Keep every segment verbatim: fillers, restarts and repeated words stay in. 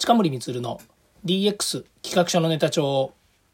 近森光の ディーエックス 企画書のネタ帳。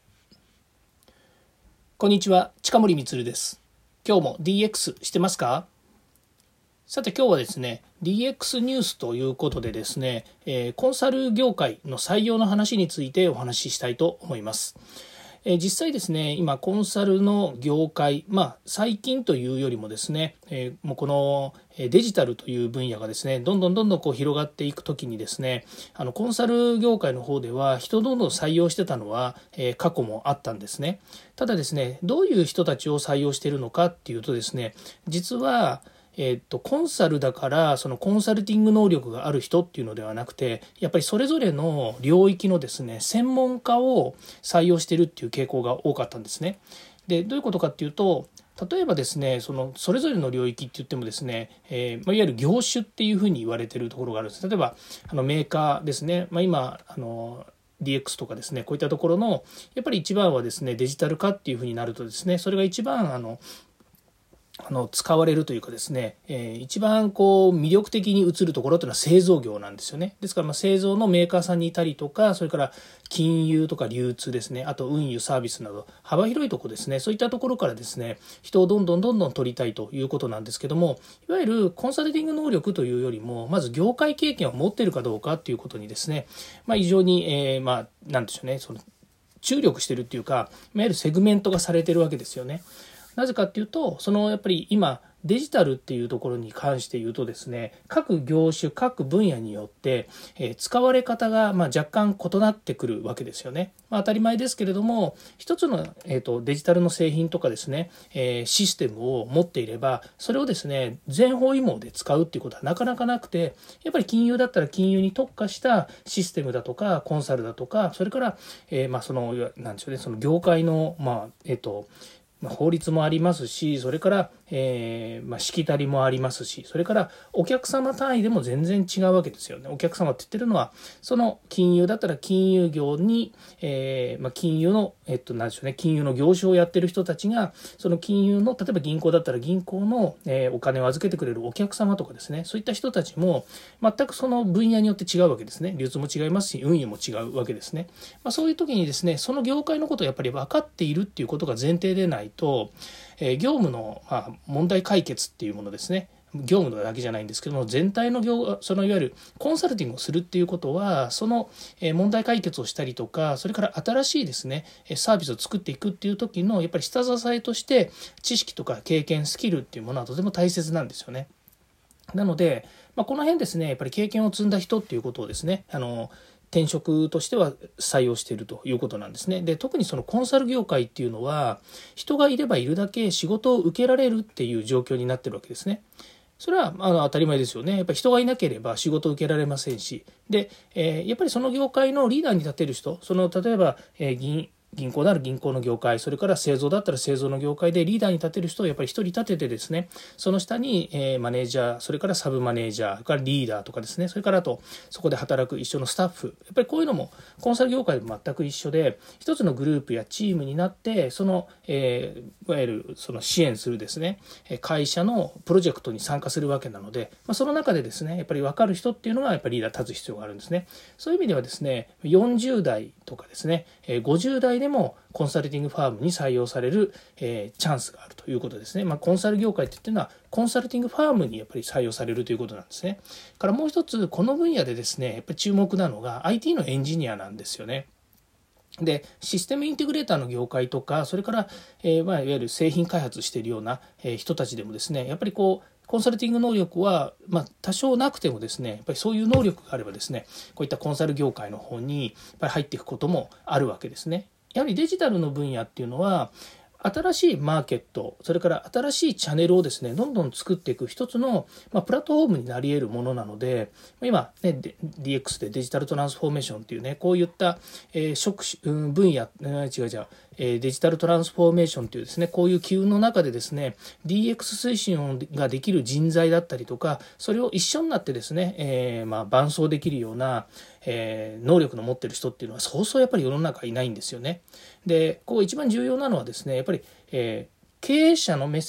こんにちは、近森光です。今日も ディーエックス してますか？さて今日はですね ディーエックス ニュースということでですね、えー、コンサル業界の採用の話についてお話ししたいと思います。えー、実際ですね今コンサルの業界、まあ最近というよりもですね、えー、もうこのデジタルという分野がですねどんどんどんどんこう広がっていくときにですね、あのコンサル業界の方では人をどんどん採用してたのは、えー、過去もあったんですね。ただですねどういう人たちを採用しているのかっていうとですね、実はえー、とコンサルだからそのコンサルティング能力がある人っていうのではなくて、やっぱりそれぞれの領域のですね専門家を採用しているっていう傾向が多かったんですね。でどういうことかっていうと、例えばですねそのそれぞれの領域って言ってもですね、えーまあ、いわゆる業種っていうふうに言われているところがあるんです。例えばあのメーカーですね、まあ、今あのディーエックス とかですねこういったところのやっぱり一番はですねデジタル化っていうふうになるとですね、それが一番あのあの使われるというかですね、えー、一番こう魅力的に映るところというのは製造業なんですよね。ですからまあ製造のメーカーさんにいたりとか、それから金融とか流通ですね、あと運輸サービスなど幅広いところですね、そういったところからですね人をどんどんどんどん取りたいということなんですけども、いわゆるコンサルティング能力というよりもまず業界経験を持っているかどうかということにですね、まあ、非常に、えー、まあなんでしょうね、その注力しているっていうか、いわゆるセグメントがされているわけですよね。なぜかっていうと、そのやっぱり今デジタルっていうところに関して言うとですね、各業種各分野によって、えー、使われ方がまあ若干異なってくるわけですよね。まあ、当たり前ですけれども、一つの、えーと、デジタルの製品とかですね、えー、システムを持っていれば、それをですね全方位網で使うっていうことはなかなかなくて、やっぱり金融だったら金融に特化したシステムだとかコンサルだとか、それから、えー、まあそのなんでしょうね、その業界のまあえっ、ー、と法律もありますし、それから、えーまあ、しきたりもありますし、それからお客様単位でも全然違うわけですよね。お客様って言ってるのは、その金融だったら金融業に、えーまあ、金融の、えっと、なんでしょうね、金融の業種をやってる人たちが、その金融の、例えば銀行だったら銀行の、えー、お金を預けてくれるお客様とかですね、そういった人たちも、全くその分野によって違うわけですね。流通も違いますし、運輸も違うわけですね。まあ、そういう時にですね、その業界のことをやっぱり分かっているっていうことが前提でないと、えー、業務の、まあ、問題解決っていうものですね、業務だけじゃないんですけども、全体の業そのいわゆるコンサルティングをするっていうことは、その問題解決をしたりとか、それから新しいですねサービスを作っていくっていう時のやっぱり下支えとして知識とか経験スキルっていうものはとても大切なんですよね。なので、まあ、この辺ですねやっぱり経験を積んだ人っていうことをですね、あの転職としては採用しているということなんですね。で、特にそのコンサル業界っていうのは人がいればいるだけ仕事を受けられるっていう状況になってるわけですね。それはあの当たり前ですよね。やっぱり人がいなければ仕事を受けられませんし、で、えー、やっぱりその業界のリーダーに立てる人、その例えば、えー、銀銀行なら銀行の業界、それから製造だったら製造の業界でリーダーに立てる人をやっぱり一人立ててですね、その下に、えー、マネージャー、それからサブマネージャー、それからリーダーとかですね、それからあとそこで働く一緒のスタッフ、やっぱりこういうのもコンサル業界も全く一緒で、一つのグループやチームになってその、えー、いわゆるその支援するですね会社のプロジェクトに参加するわけなので、まあ、その中でですねやっぱり分かる人っていうのがやっぱりリーダー立つ必要があるんですね。そういう意味ではですねよんじゅう代とかですねごじゅう代でもコンサルティングファームに採用される、えー、チャンスがあるということですね。まあ、コンサル業界って言ってるのはコンサルティングファームにやっぱり採用されるということなんですね。からもう一つこの分野でですねやっぱり注目なのが アイティー のエンジニアなんですよね。でシステムインテグレーターの業界とか、それから、えーまあ、いわゆる製品開発しているような、えー、人たちでもですねやっぱりこうコンサルティング能力は、まあ、多少なくてもですねやっぱりそういう能力があればですねこういったコンサル業界の方にやっぱり入っていくこともあるわけですね。やはりデジタルの分野っていうのは新しいマーケット、それから新しいチャンネルをですねどんどん作っていく一つの、まあ、プラットフォームになり得るものなので、今、ね、ディーエックス でデジタルトランスフォーメーションっていうねこういった、えー、職種、うん、分野、違う違う、えー、デジタルトランスフォーメーションというですねこういう機運の中でですね ディーエックス 推進ができる人材だったりとか、それを一緒になってですね、えーまあ、伴走できるような、えー、能力の持ってる人っていうのはそうそうやっぱり世の中いないんですよね。でこう一番重要なのはですねやっぱり、えー、経営者の目線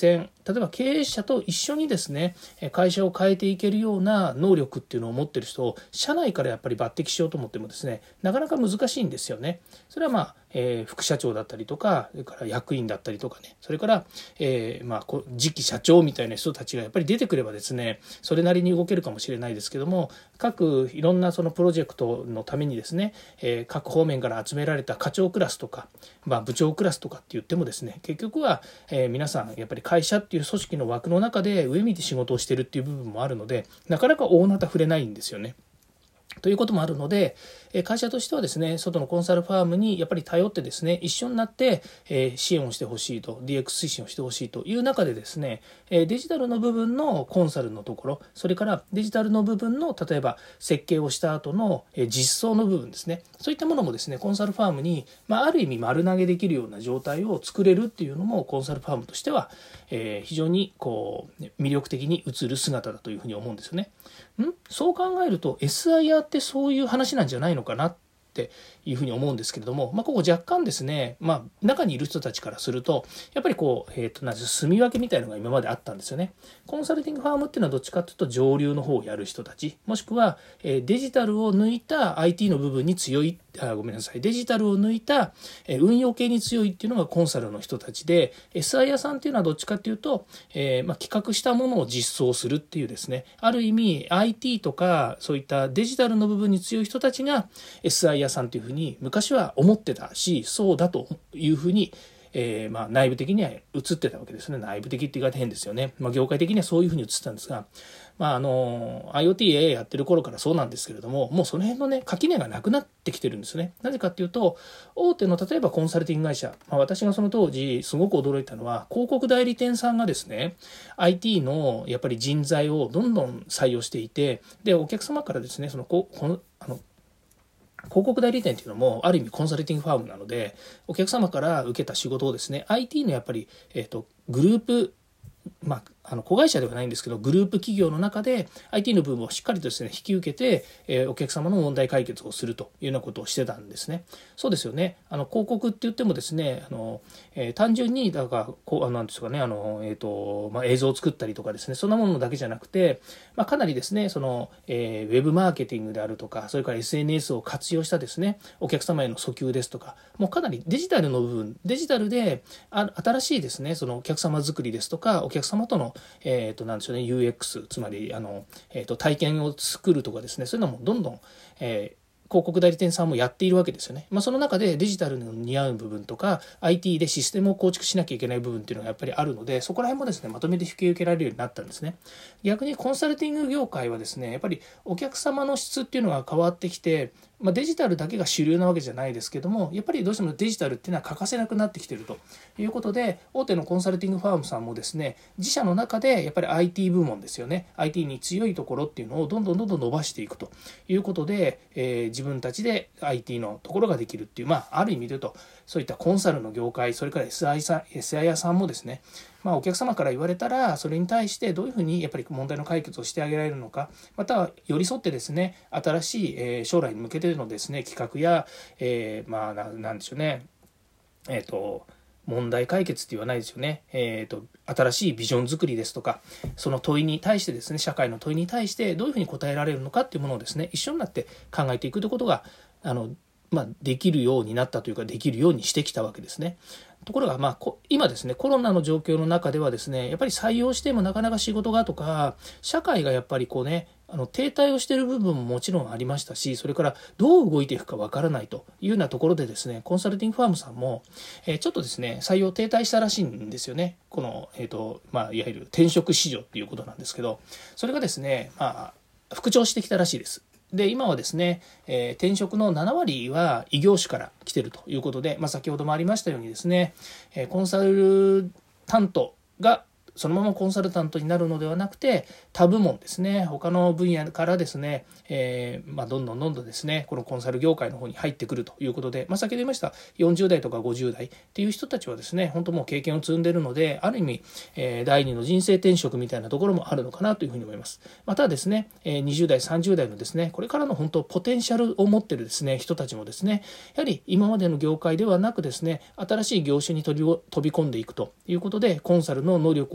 例えば経営者と一緒にですね会社を変えていけるような能力っていうのを持ってる人を社内からやっぱり抜擢しようと思ってもですねなかなか難しいんですよね。それはまあ、えー、副社長だったりとかそれから役員だったりとかねそれから、えー、まあ次期社長みたいな人たちがやっぱり出てくればですねそれなりに動けるかもしれないですけども各いろんなそのプロジェクトのためにですね、えー、各方面から集められた課長クラスとか、まあ、部長クラスとかって言ってもですね結局は、えー、皆さんやっぱり会社っていう組織の枠の中で上見て仕事をしてるっていう部分もあるのでなかなか大なた触れないんですよね。ということもあるので会社としてはですね外のコンサルファームにやっぱり頼ってですね一緒になって支援をしてほしいと ディーエックス 推進をしてほしいという中でですねデジタルの部分のコンサルのところそれからデジタルの部分の例えば設計をした後の実装の部分ですねそういったものもですねコンサルファームに、まあ、ある意味丸投げできるような状態を作れるっていうのもコンサルファームとしては、えー、非常にこう魅力的に映る姿だというふうに思うんですよね。んそう考えると エスアイアール ってそういう話なんじゃないのかなっていうふうに思うんですけれども、まあ、ここ若干ですね、まあ、中にいる人たちからするとやっぱりこう、えー、となん住み分けみたいなのが今まであったんですよね。コンサルティングファームっていうのはどっちかというと上流の方をやる人たちもしくは、えー、デジタルを抜いた アイティー の部分に強いあごめんなさいデジタルを抜いた、えー、運用系に強いっていうのがコンサルの人たちで エスアイアール さんっていうのはどっちかっていうと、えーまあ、企画したものを実装するっていうですねある意味 アイティー とかそういったデジタルの部分に強い人たちが エスアイアール さんというふうに昔は思ってたしそうだというふうにえー、まあ内部的には映ってたわけですね。内部的って言い方変ですよね。まあ、業界的にはそういうふうに映ってたんですが、まあ、あの IoT やってる頃からそうなんですけれどももうその辺のね垣根がなくなってきてるんですね。なぜかっていうと大手の例えばコンサルティング会社、まあ、私がその当時すごく驚いたのは広告代理店さんがですね アイティー のやっぱり人材をどんどん採用していてでお客様からですねそのここのあの広告代理店っていうのもある意味コンサルティングファームなのでお客様から受けた仕事をですね アイティー のやっぱり、えーと、グループまあ、あの子会社ではないんですけどグループ企業の中で アイティー の部分をしっかりとですね引き受けて、えー、お客様の問題解決をするというようなことをしてたんですね。そうですよね。あの広告って言ってもですねあの、えー、単純にだからこうあなんですかねあの、えーとまあ、映像を作ったりとかですねそんなものだけじゃなくて、まあ、かなりですねその、えー、ウェブマーケティングであるとかそれから エスエヌエス を活用したですねお客様への訴求ですとかもうかなりデジタルの部分デジタルであ新しいですねそのお客様作りですとかお客様とのえー、となんでしょうね ユーエックス つまりあの、えー、と体験を作るとかですねそういうのもどんどん、えー広告代理店さんもやっているわけですよね。まあ、その中でデジタルの似合う部分とか アイティー でシステムを構築しなきゃいけない部分っていうのがやっぱりあるのでそこら辺もですねまとめて引き受けられるようになったんですね。逆にコンサルティング業界はですねやっぱりお客様の質っていうのが変わってきて、まあ、デジタルだけが主流なわけじゃないですけどもやっぱりどうしてもデジタルっていうのは欠かせなくなってきているということで大手のコンサルティングファームさんもですね自社の中でやっぱり アイティー 部門ですよね アイティー に強いところっていうのをどんどんどんどん伸ばしていくということで、えー、自分たちで アイティー のところができるっていうまあある意味で言うとそういったコンサルの業界それから エスアイアール さんもですねまあお客様から言われたらそれに対してどういうふうにやっぱり問題の解決をしてあげられるのかまたは寄り添ってですね新しい、えー、将来に向けてのですね企画や、えー、まあななんでしょうねえっ、ー、と問題解決って言わないですよね、えーと、新しいビジョン作りですとかその問いに対してですね社会の問いに対してどういうふうに答えられるのかっていうものをですね一緒になって考えていくということがあの、まあ、できるようになったというかできるようにしてきたわけですね。ところが、まあ、今ですねコロナの状況の中ではですねやっぱり採用してもなかなか仕事がとか社会がやっぱりこうねあの停滞をしている部分ももちろんありましたしそれからどう動いていくかわからないというようなところでですねコンサルティングファームさんも、えー、ちょっとですね採用停滞したらしいんですよね。この、えーとまあ、いわゆる転職市場っていうことなんですけどそれがですね、まあ、復調してきたらしいです。で今はですね、えー、転職のななわりは異業種から来ているということで、まあ、先ほどもありましたようにですね、えー、コンサル担当がそのままコンサルタントになるのではなくて他部門ですね他の分野からですね、えーまあ、どんどんどんどんですねこのコンサル業界の方に入ってくるということで、まあ、先ほど言いましたよんじゅうだいとかごじゅうだいっていう人たちはですね本当もう経験を積んでいるのである意味、えー、第二の人生転職みたいなところもあるのかなというふうに思います。またですね、えー、にじゅうだいさんじゅうだいのですねこれからの本当ポテンシャルを持っているですね人たちもですねやはり今までの業界ではなくですね新しい業種に飛び飛び込んでいくということでコンサルの能力を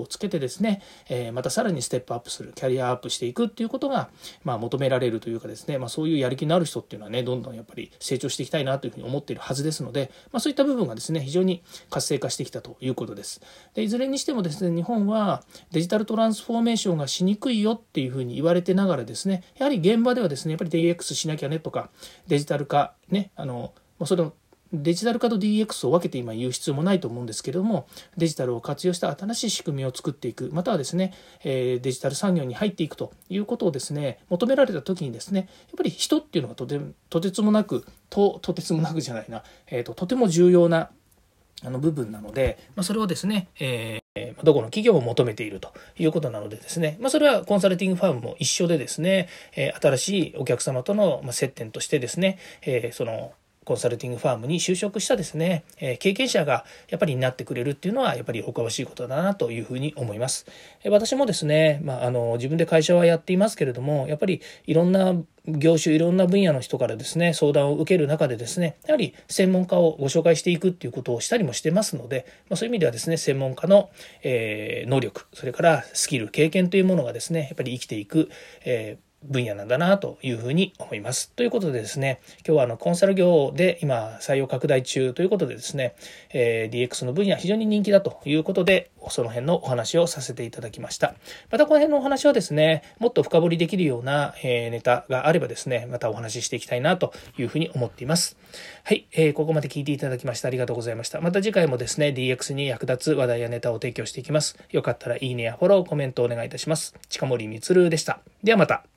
つけてですね、えー、またさらにステップアップする、キャリアアップしていくっていうことが、まあ、求められるというかですね、まあ、そういうやる気のある人っていうのはね、どんどんやっぱり成長していきたいなというふうに思っているはずですので、まあ、そういった部分がですね、非常に活性化してきたということです。でいずれにしてもですね、日本はデジタルトランスフォーメーションがしにくいよっていうふうに言われてながらですね、やはり現場ではですね、やっぱり ディーエックス しなきゃねとか、デジタル化ね、あのそれのデジタル化と ディーエックス を分けて今言う必要もないと思うんですけれども、デジタルを活用した新しい仕組みを作っていく、またはですね、えー、デジタル産業に入っていくということをですね、求められた時にですね、やっぱり人っていうのがとてとてつもなくととてつもなくじゃないな、えーと、とても重要なあの部分なので、まあ、それをですね、えー、どこの企業も求めているということなのでですね、まあ、それはコンサルティングファームも一緒でですね、えー、新しいお客様との接点としてですね、えー、そのコンサルティングファームに就職したですね、えー、経験者がやっぱりなってくれるっていうのはやっぱりおかしいことだなというふうに思います。えー、私もですね、まあ、あの自分で会社はやっていますけれども、やっぱりいろんな業種いろんな分野の人からですね相談を受ける中でですね、やはり専門家をご紹介していくっていうことをしたりもしてますので、まあ、そういう意味ではですね、専門家の、えー、能力、それからスキル、経験というものがですねやっぱり生きていく、えー分野なんだなというふうに思います。ということでですね、今日はあのコンサル業で今採用拡大中ということでですね、えー、ディーエックス の分野非常に人気だということで、その辺のお話をさせていただきました。またこの辺のお話はですね、もっと深掘りできるような、えー、ネタがあればですね、またお話ししていきたいなというふうに思っています。はい、えー、ここまで聞いていただきましてありがとうございました。また次回もですね、ディーエックス に役立つ話題やネタを提供していきます。よかったらいいねやフォロー、コメントをお願いいたします。近森光でした。ではまた。